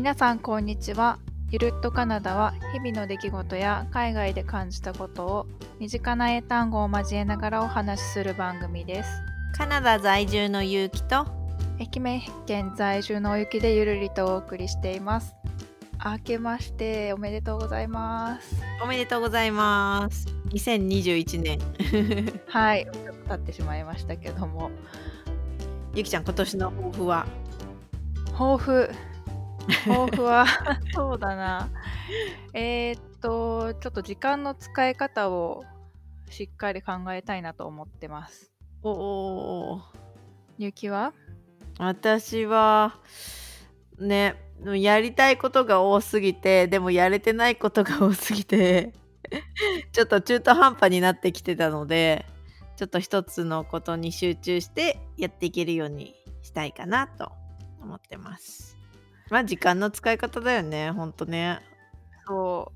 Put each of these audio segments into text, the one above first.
皆さんこんにちは。ゆるっとカナダは日々の出来事や海外で感じたことを身近な英単語を交えながらお話しする番組です。 カナダ在住のゆうきと愛媛県在住のおゆきでゆるりとお送りしています。明けましておめでとうございます。 おめでとうございます。2021年はい、ちょっと経ってしまいましたけども、 ゆきちゃん今年の抱負は？ 抱負はそうだな。ちょっと時間の使い方をしっかり考えたいなと思ってます。 おゆきは？ 私はね、やりたいことが多すぎて、でもやれてないことが多すぎてちょっと中途半端になってきてたので、ちょっと一つのことに集中してやっていけるようにしたいかなと思ってます。まあ時間の使い方だよね、ほんとね。 そう。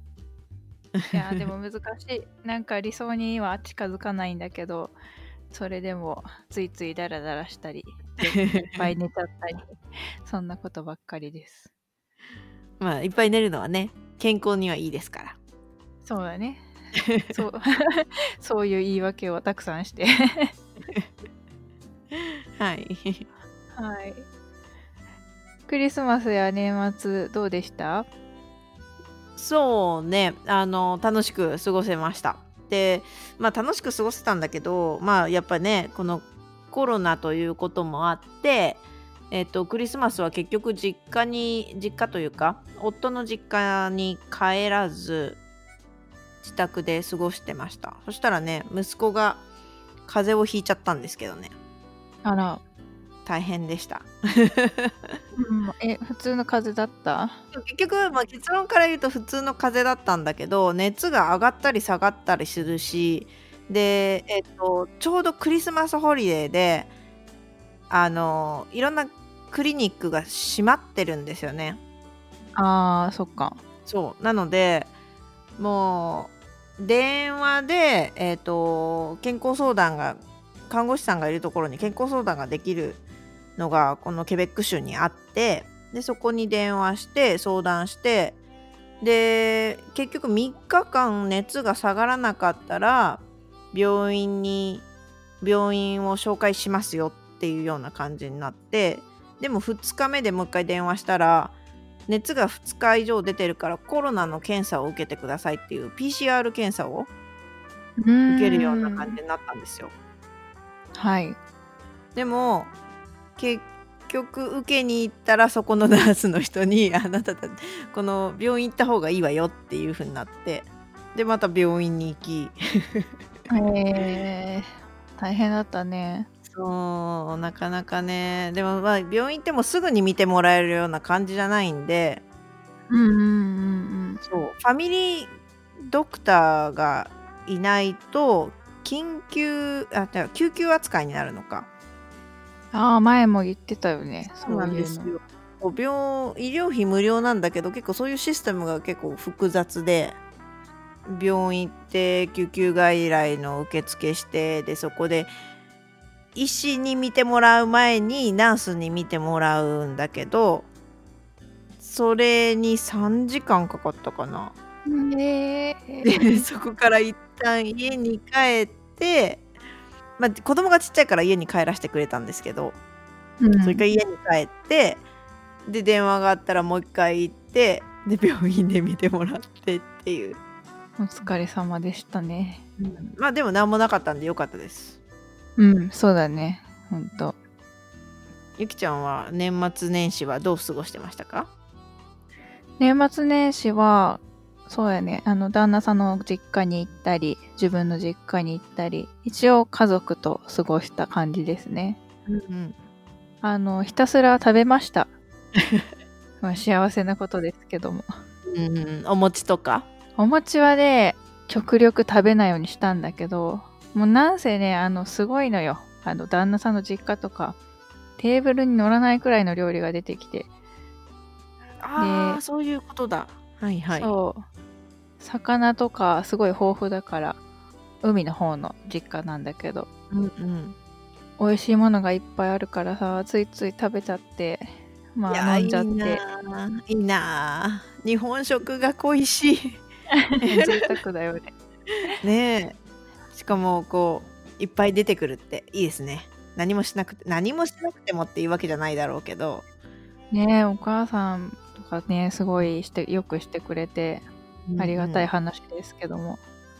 いや、でも難しい。なんか理想には近づかないんだけど、それでもついついダラダラしたり、いっぱい寝ちゃったり、そんなことばっかりです。 まあいっぱい寝るのはね、健康にはいいですから。 そうだね。そうそういう言い訳をたくさんしてはい。 はい。クリスマスや年末どうでした？ そうね、楽しく過ごせました。で、まあ楽しく過ごせたんだけど、まあやっぱね、このコロナということもあって、クリスマスは結局実家というか、夫の実家に帰らず、自宅で過ごしてました。そしたらね、息子が風邪をひいちゃったんですけどね、 あら、 大変でした。 普通の風邪だった？ 結局、まあ、結論から言うと普通の風邪だったんだけど、熱が上がったり下がったりするし、で、ちょうどクリスマスホリデーで、いろんなクリニックが閉まってるんですよね。 ああ、そっか。 そう、なので、もう電話で、健康相談が看護師さんがいるところに健康相談ができるのがこのケベック州にあって、で、そこに電話して相談して、で、結局3日間熱が下がらなかったら、病院を紹介しますよっていうような感じになって、でも2日目でもう一回電話したら、熱が2日以上出てるからコロナの検査を受けてくださいっていう PCR 検査をうー受けるような感ん。 じになったんですよ。 はい。 でも、結局受けに行ったらそこのナースの人にあなたこの病院行った方がいいわよっていう風になって、でまた病院に行きえ大変だったね。 そう、なかなかね、でもまあ病院行ってもすぐに見てもらえるような感じじゃないんで、 うんうんうんうん。 そう、ファミリードクターがいないと救急扱いになるのか。 ああ、前も言ってたよね、 そうそういうの。 なんですよ。医療費無料なんだけど、結構そういうシステムが結構複雑で、病院行って救急外来の受付して、で、そこで医師に見てもらう前にナースに見てもらうんだけど、それに3時間かかったかな。 えで、 え。 そこから一旦家に帰って、ま、子供がちっちゃいから家に帰らしてくれたんですけど、それかうん。 ら家に帰って、で、電話があったらもう一回行って、で、病院で見てもらってっていう。 お疲れ様でしたね。 うん。ま、でもなんもなかったんで良かったです。 うん、そうだね、ほんと。 ゆきちゃんは年末年始はどう過ごしてましたか？ 年末年始は、そうやね、旦那さんの実家に行ったり、自分の実家に行ったり、一応家族と過ごした感じですね。 うんひたすら食べました。まあ、幸せなことですけども。 うん。うん、お餅とか？ お餅はね、極力食べないようにしたんだけど、もうなんせね、すごいのよ。旦那さんの実家とか、テーブルに乗らないくらいの料理が出てきて。 ああ、 で、 そういうことだ。はいはい。 そう、魚とかすごい豊富だから、海の方の実家なんだけど、 うんうん。 美味しいものがいっぱいあるからさ、ついつい食べちゃって、 まあ、 いや、 飲んじゃいいなって。 あ、いいなあ。日本食が恋しい。 贅沢だよね。 ねえ。しかもこう、いっぱい出てくるっていいですね。何もしなくてもっていうわけじゃないだろうけど。 ねえ、お母さんとかね、すごうん。 いよくしてくれて、 うんありがたいうん。 話ですけども。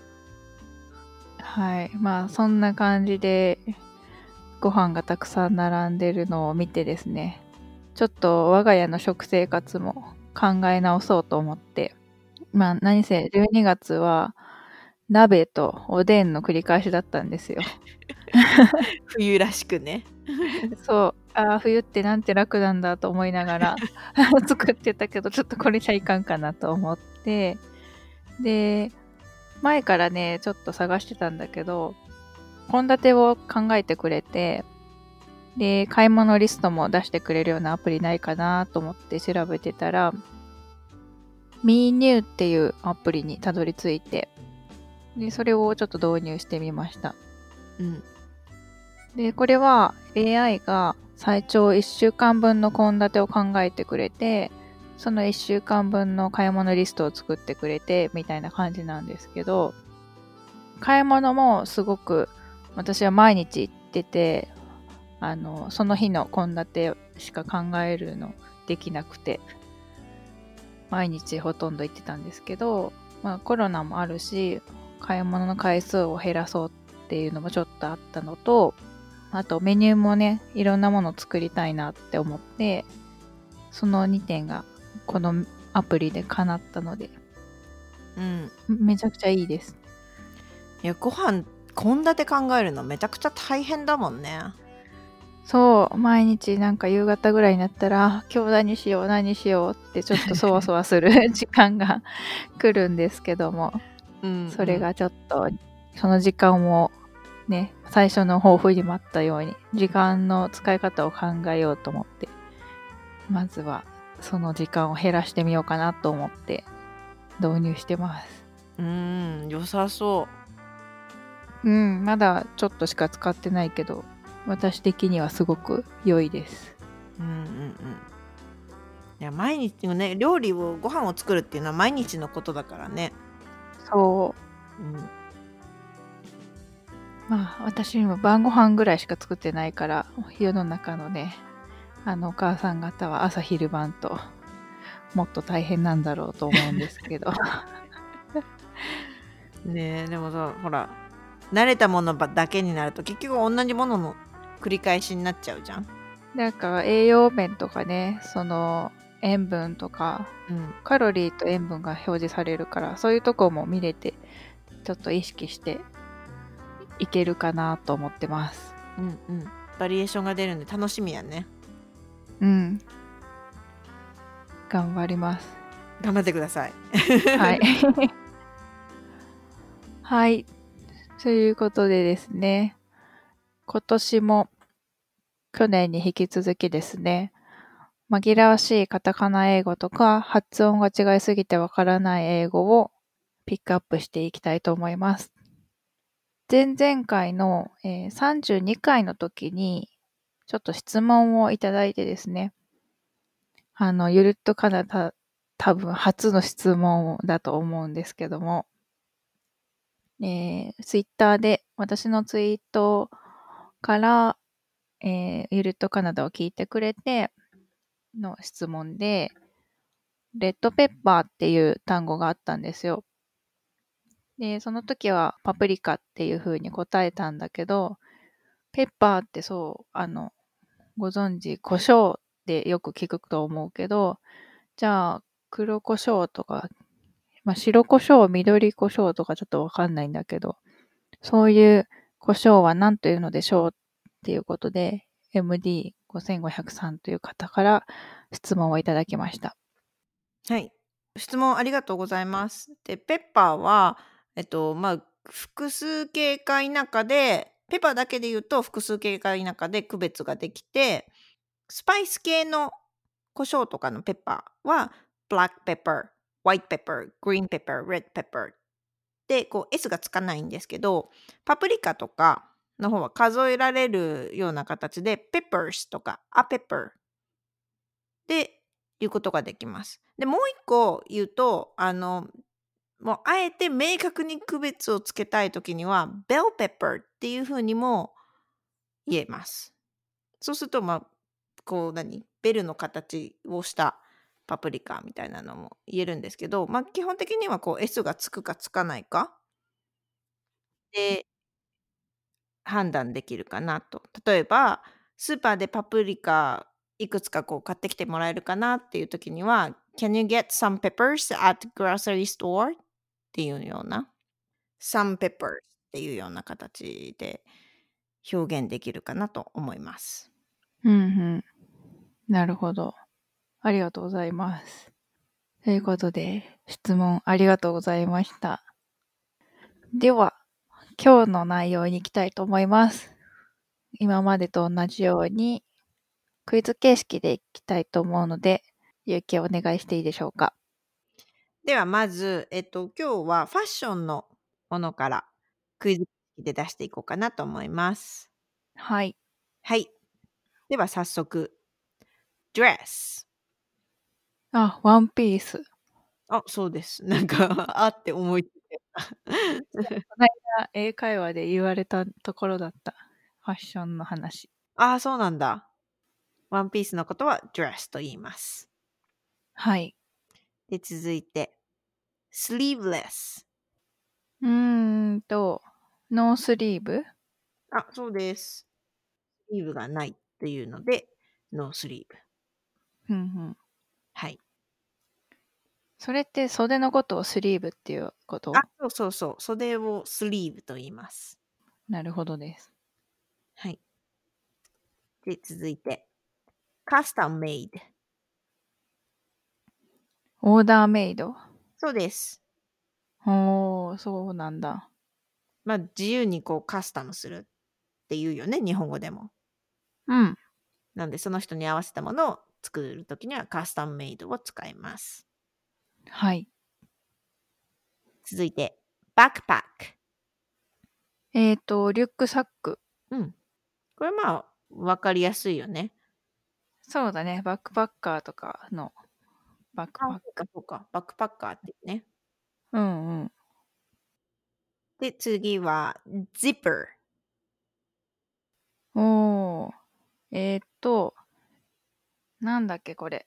はい、まあ、そんな感じで、ご飯がたくさん並んでるのを見てですね、ちょっと我が家の食生活も考え直そうと思って、まあ、何せ12月は鍋とおでんの繰り返しだったんですよ。 冬らしくね。 そう、ああ、冬ってなんて楽なんだと思いながら作ってたけど、ちょっとこれじゃいかんかなと思って、で、前からね、ちょっと探してたんだけど、献立を考えてくれて、で、買い物リストも出してくれるようなアプリないかなと思って調べてたら、ミーニューっていうアプリにたどり着いて、で、それをちょっと導入してみました。 うん。 で、これは AI が最長1週間分の献立を考えてくれて、その1週間分の買い物リストを作ってくれて、みたいな感じなんですけど、買い物もすごく私は毎日行ってて、その日の献立しか考えるのできなくて、毎日ほとんど行ってたんですけど、まあコロナもあるし、買い物の回数を減らそうっていうのもちょっとあったのと、あとメニューもね、いろんなものを作りたいなって思って、その2点がこのアプリで叶ったので、 うん。 めちゃくちゃいいです。 いや、献立考えるのめちゃくちゃ大変だもんね。 そう、毎日なんか夕方ぐらいになったら、今日何しよう何しようってちょっとそわそわする時間が来るんですけども、 うんうん。 それがちょっと、その時間をね、最初の抱負にもあったように、時間の使い方を考えようと思って、まずはその時間を減らしてみようかなと思って導入してます。 良さそうん、まだちょっとしか使ってないけど、私的にはすごく良いです。 う。うんうんうん。いや、毎日のね、ご飯を作るっていうのは毎日のことだからね。 そう。 うん。 まあ、私も晩ご飯ぐらいしか作ってないから、世の中のね、お母さん方は朝昼晩ともっと大変なんだろうと思うんですけど。 ねえ、でもさ、ほら、慣れたものだけになると結局同じものの繰り返しになっちゃうじゃん。 なんか栄養面とかね、その塩分とかうん。 カロリーと塩分が表示されるから、そういうとこも見れて、ちょっと意識していけるかなと思ってます。 うんうん。バリエーションが出るんで楽しみやね。 うん。頑張ります。 頑張ってください。 はい。はい。ということでですね、今年も去年に引き続きですね、紛らわしいカタカナ英語とか発音が違いすぎてわからない英語をピックアップしていきたいと思います。前々回の、32回の時にちょっと質問をいただいてですね、ゆるっとカナダ多分初の質問だと思うんですけども、ツイッターで私のツイートから、ゆるっとカナダを聞いてくれての質問で、レッドペッパーっていう単語があったんですよ。で、その時はパプリカっていう風に答えたんだけど、ペッパーってそう、ご存知、胡椒でよく聞くと思うけど、じゃあ、黒胡椒とか、まあ、白胡椒、緑胡椒とかちょっとわかんないんだけど、そういう胡椒は何というのでしょうっていうことで、MD5503 という方から質問をいただきました。 はい。質問ありがとうございます。で、ペッパーは、複数形か否かで、ペッパーだけで言うと複数形か否かで区別ができて、スパイス系の胡椒とかのペッパーは、black pepper、white pepper、green pepper、red pepper で、こう S がつかないんですけど、パプリカとかの方は数えられるような形で、peppers とか a pepper で、言うことができます。で、もう一個言うと、もうあえて明確に区別をつけたいときには、bell pepper っていう風にも言えます。そうすると、こうベルの形をしたパプリカみたいなのも言えるんですけど、基本的にはこう S がつくかつかないかで判断できるかなと。例えば、スーパーでパプリカいくつかこう買ってきてもらえるかなっていう時には、Can you get some peppers at grocery store? っていうような、some peppers っていうような形で表現できるかなと思います。 うんうん。なるほど。ありがとうございます。ということで、質問ありがとうございました。では、今日の内容に行きたいと思います。今までと同じように、クイズ形式でいきたいと思うので、ゆうきお願いしていいでしょうか。 ではまず、今日はファッションのものからクイズで出していこうかなと思います。 はい。 はい。では早速、dress。 あ、ワンピース。 あ、そうです。なんか、あって思いついた。 この間、英会話で言われたところだった。ファッションの話。 ああ、そうなんだ。ワンピースのことは dress と言います。 はい。 で、続いて、sleeveless。 ノースリーブ。 あ、そうです。スリーブがないというので、ノースリーブ。 うんうん。 はい。 それって袖のことをスリーブっていうこあ、 と？ そうそうそう。袖をスリーブと言います。 なるほどです。 はい。で、続いて、custom made。 オーダーメイド。 そうです。 おー、そうなんだ。 自由にこうカスタムするっていうよね、日本語でも。 うん。 なんで、その人に合わせたものを作るときにはカスタムメイドを使います。 はい。 続いて、バックパック。 リュックサック。 うん。これわかりやすいよね。 そうだね。バックパッカーとかのバックあ、 パック。 そうかそうか。バックパッカーってね。 うんうん。 で、次は、zipper。 おー。なんだっけこれ。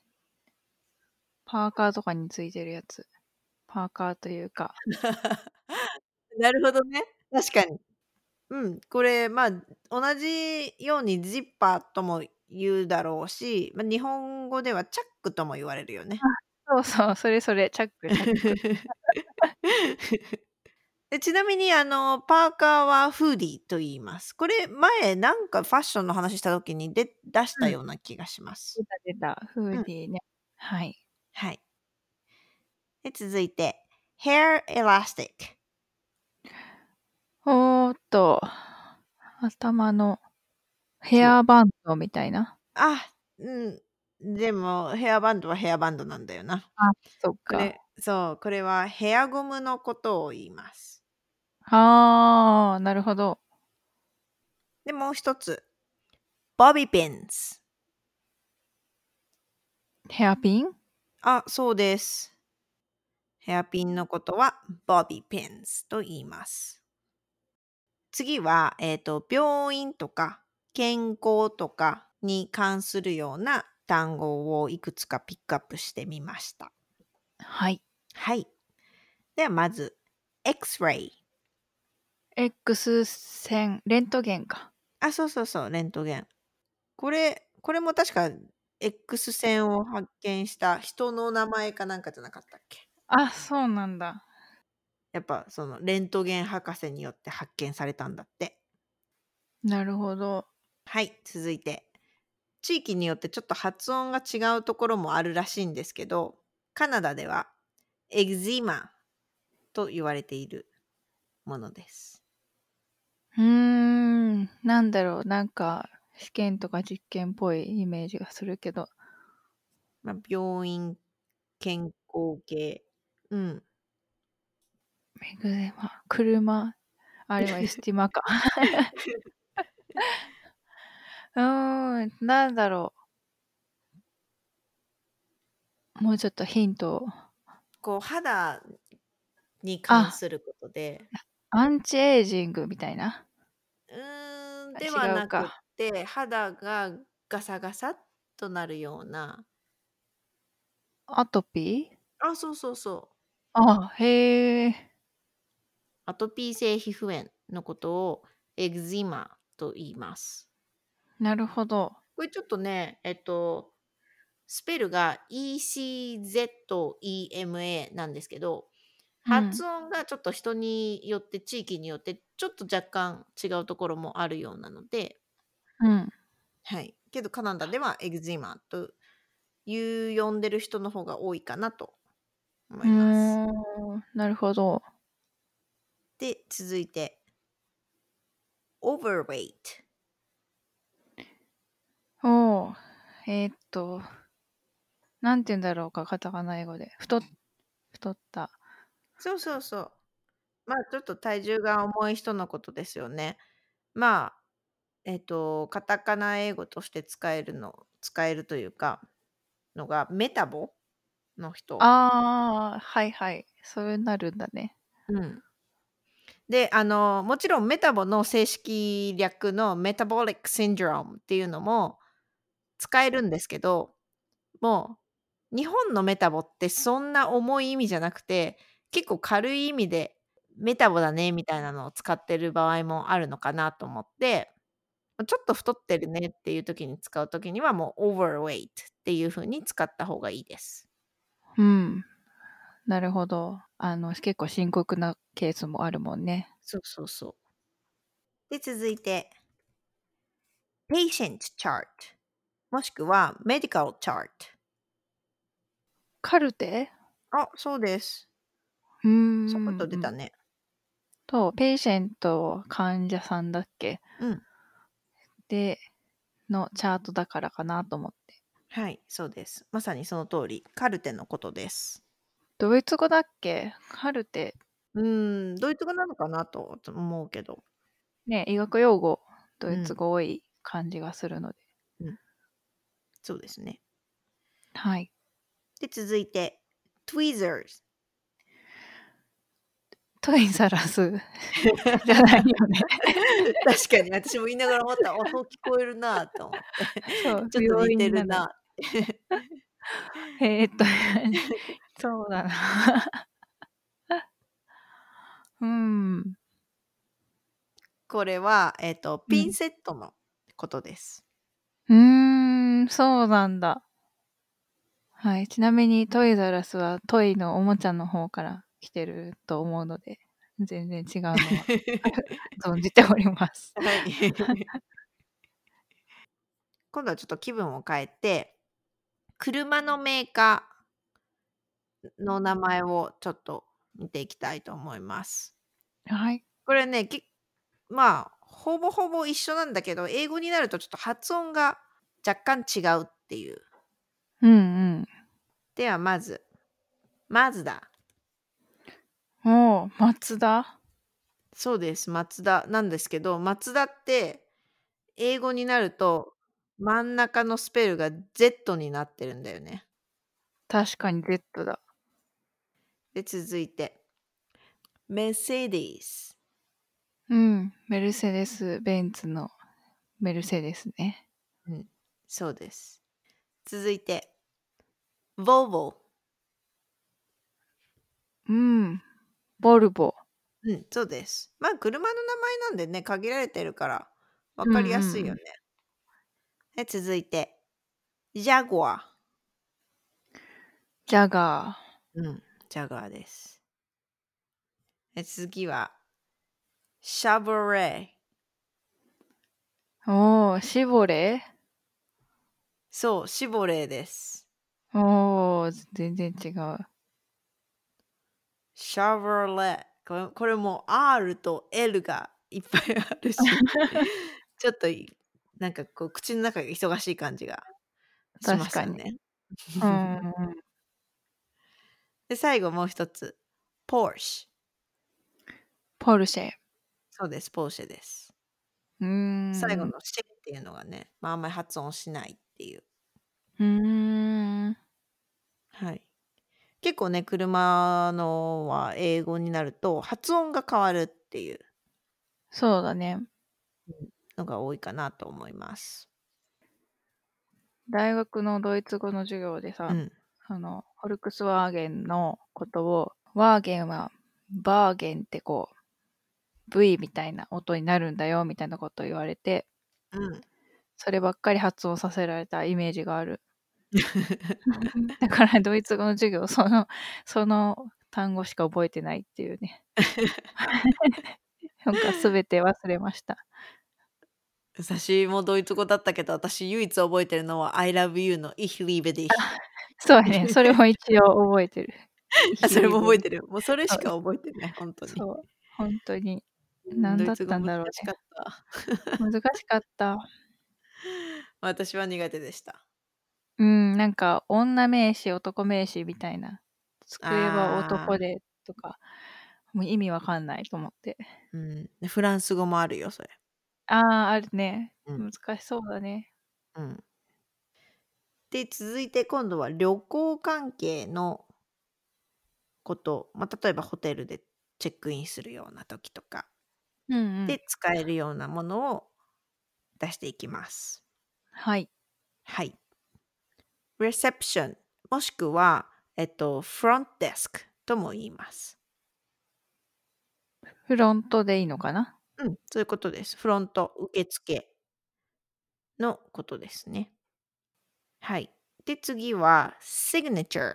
パーカーとかについてるやつ。パーカーというか。 なるほどね。確かに。うん。これ、同じようにジッパーとも言うだろうし、日本語ではチャックとも言われるよね。 そうそう、それそれ、チャックチャック。 ちなみにパーカーはフーディーと言います。これ前なんかファッションの話した時に出したうん。 ような気がします。 出た出た。フうん、 ーディーね。はい。 はい。で、続いて、hair elastic。 頭のヘそう。 アバンドみたいな。 あ、うん。でもヘアバンドはヘアバンドなんだよな。 あ、そっか。 これはヘアゴムのことを言います。 ああ、なるほど。 で、もう一つ、bobby pins。 ヘアピン？ あ、そうです。ヘアピンのことは bobby pins と言います。次は、病院とか健康とかに関するような単語をいくつかピックアップしてみました。 はい。 はい。ではまず、X-ray。 X 線、レントゲンか。 あ、そうそうそう、レントゲン。これも確か X 線を発見した人の名前かなんかじゃなかったっけ？ あ、そうなんだ。 やっぱそのレントゲン博士によって発見されたんだって。 なるほど。 はい、続いて。地域によってちょっと発音が違うところもあるらしいんですけど、カナダではエグゼマと言われているものです。 なんだろう、なんか、試験とか実験っぽいイメージがするけど。 病院、健康系。うん。 メグゼマ、車、あれはエスティマか。なんだろう。 もうちょっとヒントを。 こう肌に関あ、 することで、 アンチエイジングみたいな？ で違はなくっうか。 て、肌がガサガサとなるような、 アトピー？ あ、そうそうそう。 あ、へえ。 アトピー性皮膚炎のことをエグゼマと言います。 なるほど。 これちょっとね、スペルが ECZEMA なんですけど、 うん。 発音がちょっと人によって、地域によって、ちょっと若干違うところもあるようなので、 うん。 はい。けどカナダではエグゼマという呼んでる人の方が多いかなと思うーいます。 ん、なるほど。 で、続いて、overweight。 おお、なんて言うんだろうか、カタカナ英語で。太った。 そうそうそう。まあ、ちょっと体重が重い人のことですよね。まあ、カタカナ英語として使えるというか、のが、メタボの人。 ああ、はいはい。そうなるんだね。 うん。で、もちろんメタボの正式略のメタボリックシンドロームっていうのも使えるんですけど、もう、日本のメタボってそんな重い意味じゃなくて、結構軽い意味で、メタボだねみたいなのを使ってる場合もあるのかなと思って、ちょっと太ってるねっていう時に使う時には、もう overweight っていう風に使った方がいいです。 うん、なるほど。結構深刻なケースもあるもんね。 そうそうそう。で、続いて、patient chart もしくは medical chart。 カルテ？ あ、そうです。 うーサクッん、うん。 と出たね。 ペイシェント患者さんだっけ？ うん。 で、のチャートだからかなと思って。 はい、そうです。まさにその通り、カルテのことです。 ドイツ語だっけ？カルテ、 ドイツ語なのかなと思うけど。 ね、医学用語、ドイツうん、 語多い感じがするので。 うん、そうですね。 はい。 で、続いて、tweezers。 トイザらスじゃないよね。 確かに私も言いながら思った。あ、そう聞こえるなと思って。 そう、 ちょっ不用と似て意になる。 るな。 えーっと、そうだな。うーん。 これは、ピンうん。 セットのことです。 うーん、そうなんだ。はい。ちなみにトイザらスはトイのおもちゃの方から来てると思うので、全然違うのは存じております。 はい。今度はちょっと気分を変えて、車のメーカーの名前をちょっと見ていきたいと思います。 はい。 これね、まあ、ほぼほぼ一緒なんだけど、英語になるとちょっと発音が若干違うっていう。 うんうん。 ではまず、マズダ。 おお、松田？ そうです、マツダなんですけど、マツダって英語になると真ん中のスペルが Z になってるんだよね。 確かに Z だ。 で、続いて、メセディス。 うん、メルセデス・ベンツのメルセデスね。 うん、そうです。続いて、ボルボ。 うん、ボルボ。 うん、そうです。まあ、車の名前なんでね、限られてるから分うんうかりやすいよね。 ん。 で、続いて、ジャグアジャガー。うん、ジャガーです。で、次は、シャボレー。 ー。おお、シボレそう、シボレーです。 ー？おお、全然違う。 シャボレー。これも R と L がいっぱいあるし、ちょっとなんかこう、口の中が忙しい感じがしま確かに。 すよね。 うんうん。 で、最後もう一つ、Porsche。 ポルシェ。 そうです、ポーシェです。 うー最後ん。 のシェっていうのがね、まあ、あんまり発音しないっていう。 うーん。 はい。結構ね、車のは英語になると発音が変わるっていうそうだね。 のが多いかなと思います。 大学のドイツ語の授業でさ、 うん。 フォルクスワーゲンのことを、ワーゲンはバーゲンってこう、V みたいな音になるんだよみたいなことを言われて、 うん。 そればっかり発音させられたイメージがある。だからドイツ語の授業、その単語しか覚えてないっていうね。なんか全て忘れました。 私もドイツ語だったけど、私唯一覚えてるのは I love you の Ich liebe dich。 そうやね。それも一応覚えてる。 あ、それも覚えヒリブリ。 てる。もうそれそう、 しか覚えてない、ほんとに。 そう、ほんとに。 ドイツ語何だったん難しかだろうね。 った。 難しかった。 私は苦手でした。 なんか女名詞、男名詞みたいな。机は男ああ、 でとか、もう意味わかんないと思って。 うん。で、フランス語もあるよ、それ。 ああ、あるね。 うん、 難しそうだね。 うん。で、続いて今度は旅行関係のこと、例えばホテルでチェックインするような時とかうんうん。 で使えるようなものを出していきます。 はい。 はい。reception もしくは、front desk とも言います。 フロントでいいのかな？ うん、そういうことです。フロント、受付のことですね。はい。で、次は signature。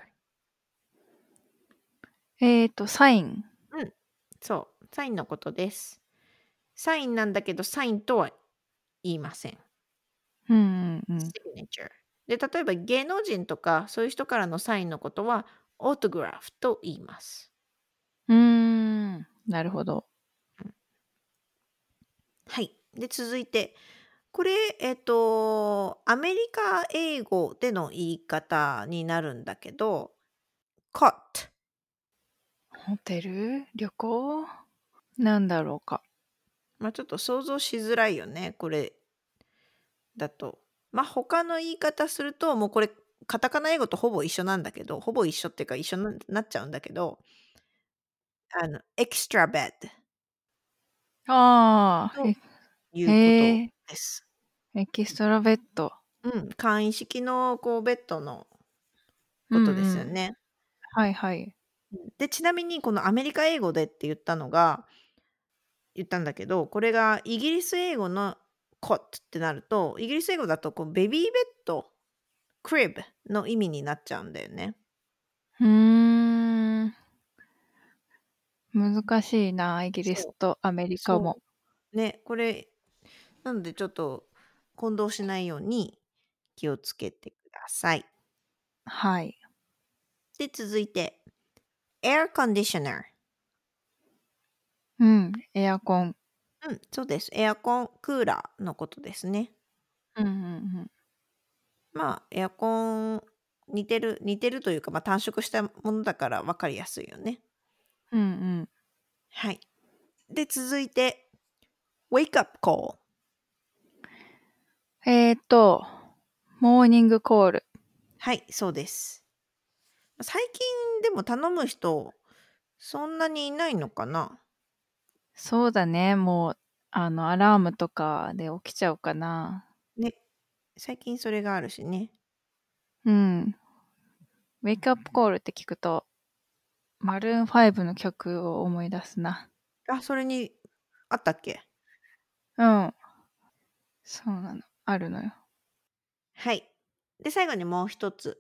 サイン。 うん、そう、サインのことです。サインなんだけど、サインとは言いません。 うんうんうん。 signature。で、例えば芸能人とか、そういう人からのサインのことは、オートグラフと言います。 なるほど。 うん、はい。で、続いて、これ、アメリカ英語での言い方になるんだけど、caught。 ホテル？旅行？なんだろうか。 ちょっと想像しづらいよね、これだと。他の言い方すると、もうこれ、カタカナ英語とほぼ一緒なんだけど、ほぼ一緒っていうか一緒になっちゃうんだけど、extra bed ああ、 ということへえ、 です。 エキストラベッド。 うん、簡易式のこうベッドのうんうことですよん。 ね。 はいはい。 で、ちなみにこのアメリカ英語でって言ったんだけど、これがイギリス英語の cot ってなると、イギリス英語だとこうベビーベッド、crib の意味になっちゃうんだよね。 うーん、難しいな、イギリスそう。 とアメリカも。 そう。ね、これ、なのでちょっと混同しないように気をつけてください。 はい。 で、続いて、air conditioner。 うん、エアコン。 うん、そうです。エアコン、クーラーのことですね。 うんうんうん。 エアコン似てるというか、短縮したものだから分かりやすいよね。 うんうん。 はい。で、続いて、wake up call。 えーと、モーニングコール。 はい、そうです。最近でも頼む人、そんなにいないのかな？ そうだね、もう、アラームとかで起きちゃうかな。 ね、最近それがあるしね。 うん。ウェイクアップコールって聞くと、マルーン5の曲を思い出すな。 あ、それにあったっけ？ うん。そうなの。あるのよ。 はい。で、最後にもう一つ。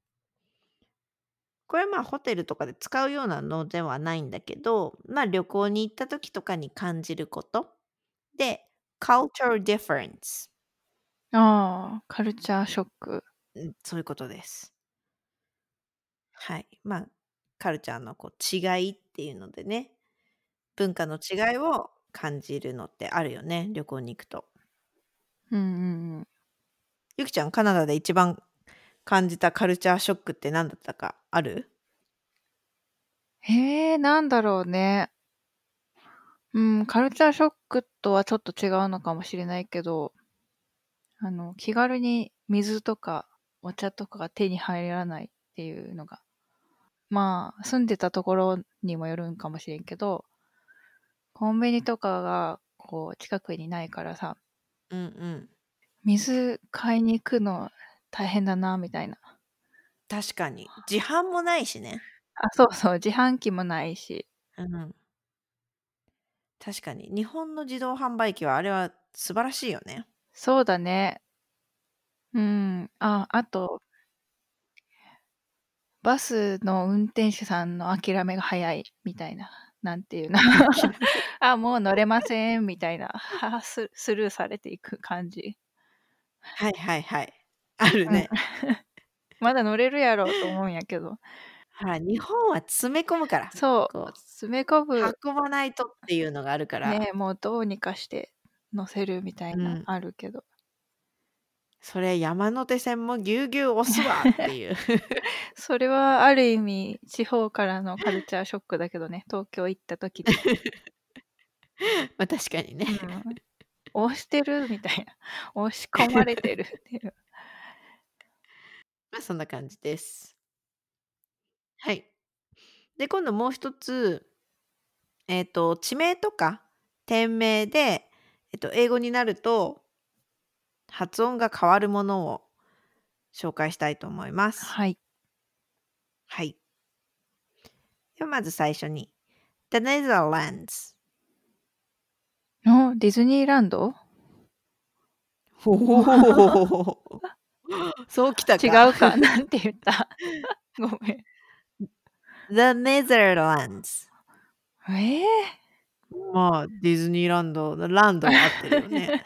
これはホテルとかで使うようなのではないんだけど、旅行に行った時とかに感じること。で、culture difference。 ああ、カルチャーショック。 うん、そういうことです。はい。カルチャーのこう違いっていうのでね、文化の違いを感じるのってあるよね、旅行に行くと。 うんうんうん。 ゆきちゃん、カナダで一番感じたカルチャーショックって何だったかある？ なんだろうね。カルチャーショックとはちょっと違うのかもしれないけど、気軽に水とかお茶とかが手に入らない。 っていうのが。まあ、住んでたところにもよるんかもしれんけど、コンビニとかがこう近くにないからさ、 うんうん。 水買いに行くの大変だな、みたいな。 確かに。自販もないしね。 あ、そうそう、自販機もないし。 うん。確かに。日本の自動販売機はあれは素晴らしいよね。 そうだね。うん。あと、バスの運転手さんの諦めが早いみたいな。なんていうの。 諦めあ、もう乗れませんみたいな。スルーされていく感じ。 はいはいはい。あるうん。 ね。 まだ乗れるやろと思うんやけど。 はい、日本は詰め込むから。 そう、 こう、 詰め込む、 運ばないとっていうのがあるから、 ね、もうどうにかして乗せるみたいなうん。 あるけど。 それ山手線もぎゅうぎゅう押すわっていう。 それはある意味地方からのカルチャーショックだけどね、東京行った時に。 ま、確かにね。 うん。押してるみたいな。押し込まれてるっていう。 ま、そんな感じです。はい。で、今度もう一つ、地名とか店名で、英語になると発音が変わるものを紹介したいと思います。 はい。 はい。ではまず最初に、The Netherlands。 ディズニーランド？ おお。そうきたか。 違うか、なんて言った？ごめん。 The Netherlands。 ええ。 まあ、ディズニーランドのランドは合ってるよね。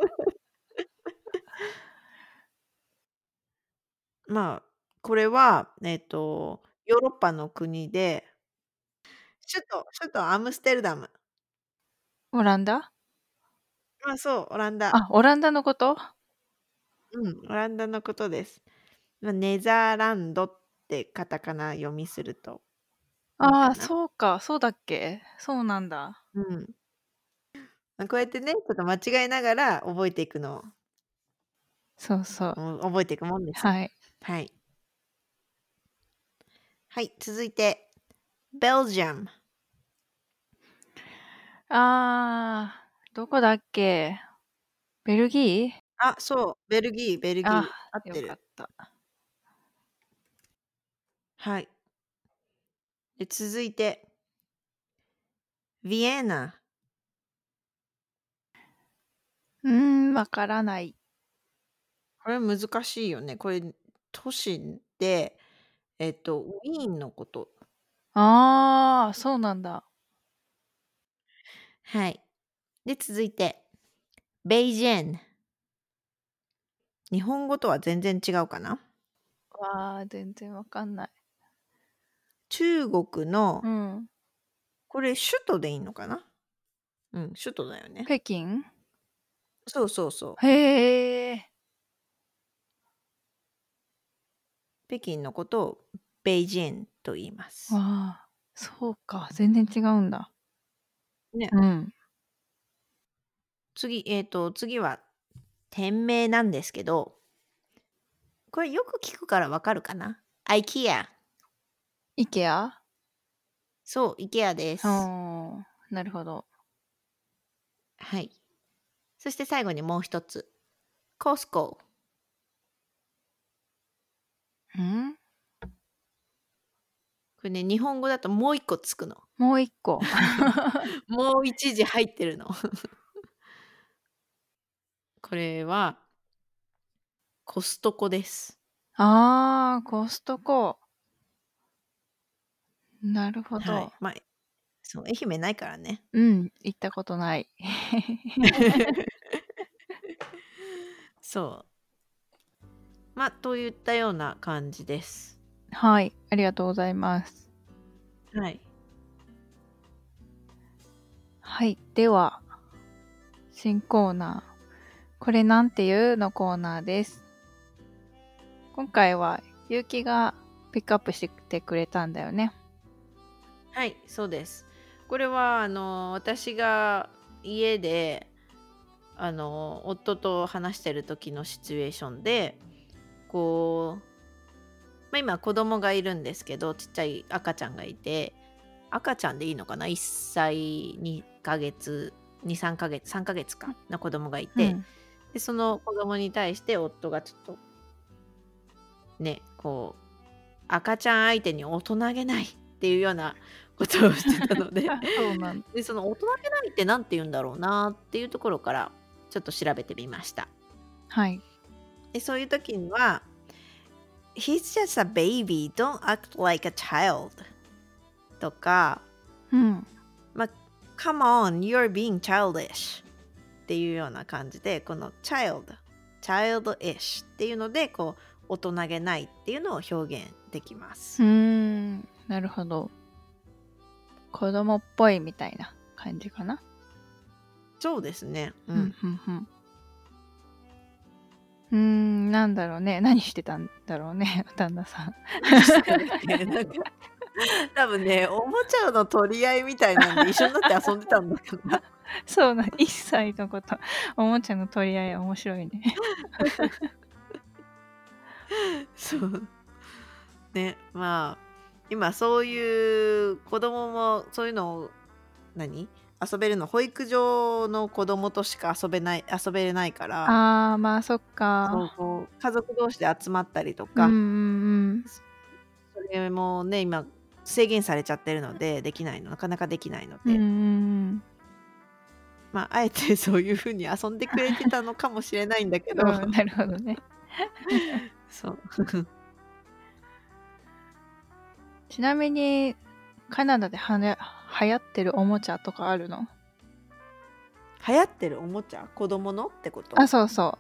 まあ、これは、ヨーロッパの国で、首都アムステルダム。 オランダ？ あ、そう、オランダ。 あ、オランダのこと？ うん、オランダのことです。ま、ネザーランドってカタカナ読みするといいああ、 かな。 そうか、そうだっけ？そうなんだ。 うん。ま、こうやってね、ちょっと間違えながら覚えていくのそうそう。 覚えていくもんですよ。 はい。 はい。はい、続いて、Belgium。 どこだっけ？ベルギー？ あ、そう、ベルあ、 ギー、合っよてる。 かった。 はい。で、続いて、ビエナ。 わからない。 これ難しいよね。これ、都市で、ウィーンのこと。 ああ、そうなんだ。 はい。で、続いて、ベイジェン。日本語とは全然違うかな。 わあ、全然わかんない。 中国の、 うん。 これ首都でいいのかな。うん、首都だよね。 北京？ そうそうそう。 へえ。 北京のことをベイジェンと言います。 わあ、そうか、全然違うんだ。 ね。 うん。 次は店名なんですけど、これよく聞くからわかるかな。IKEA。 IKEA？ そう、IKEA でうす。 ん、なるほど。 はい。そして最後にもう一つ。Costco。 ん？ これね、日本語だともう一個つくの。 もう一個。 もう一字入ってるの。これはコストコです。 ああ、コストコ。なるほど。 はい。まあ、そう、愛媛ないからね。 うん、行ったことない。 そう。まあ、といったような感じです。 はい、ありがとうございます。 はい。 はい、では、新コーナー。これなんていうのコーナーです。今回は、ゆうきがピックアップしてくれたんだよね。 はい、そうです。これは、私が家で、夫と話してる時のシチュエーションで、こ今子供がいるんですけど、ちっちゃい赤ちゃんがいて、赤ちゃんでいいのかな、1歳2ヶ月23ヶ月3ヶ月かの子供がいて、でその子供に対して夫がちょっとね、こう赤ちゃん相手に大人げないっていうようなことをしてたのでそうなんだ。 でその大人げないって何て言うんだろうなっていうところからちょっと調べてみました。 はい。 でそういう時には He's just a baby, don't act like a child とか、まあ、Come on, you're being childish っていうような感じで、この childish っていうのでこう大人げないっていうのを表現できます。 なるほど。子供っぽいみたいな感じかな。 そうですね。 なんだろうね。何してたんだろうね、旦那さん。 多分ね、おもちゃの取り合いみたいなんで一緒になって遊んでたんだけどな。 そうな、1歳のこと、おもちゃの取り合い面白いね。 そうね、まあ今そういう子供もそういうのを遊べるの保育所の子供としか遊べれないから、 まあそっか。 そう家族同士で集まったりとか、それもね今制限されちゃってるのでなかなかできないので、まああえてそういう風に遊んでくれてたのかもしれないんだけど、 なるほどね。 そうちなみにカナダで流行ってるおもちゃとかあるの？ 流行ってるおもちゃ、子供のってこと？ そうそう。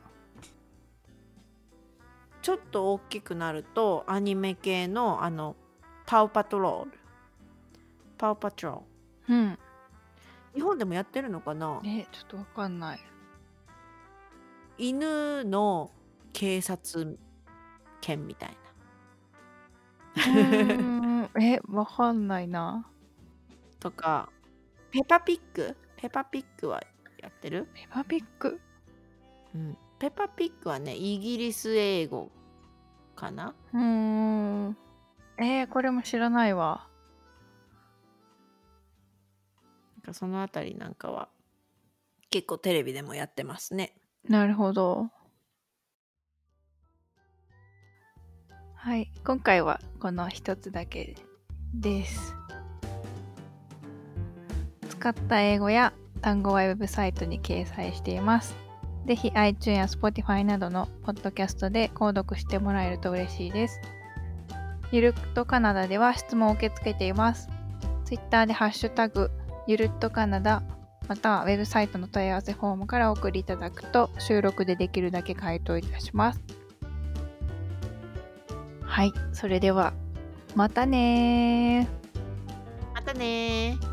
ちょっと大きくなるとアニメ系のパウパトロール。日本でもやってるのかな？ ちょっとわかんない。 犬の警察犬みたいな。わかんないな。 とか、ペパピッグはやってる？ ペパピッグ？ ペパピッグはね、イギリス英語かな？ これも知らないわ。 そのあたりなんかは結構テレビでもやってますね。 なるほど。はい、今回はこの一つだけです。使った英語や単語はウェブサイトに掲載しています。ぜひ iTunes や Spotify などのポッドキャストで購読してもらえると嬉しいです。ゆるっとカナダでは質問を受け付けています。Twitter でハッシュタグゆるっとカナダまたはウェブサイトの問い合わせフォームからお送りいただくと収録でできるだけ回答いたします。はい、それではまたねー。 またねー。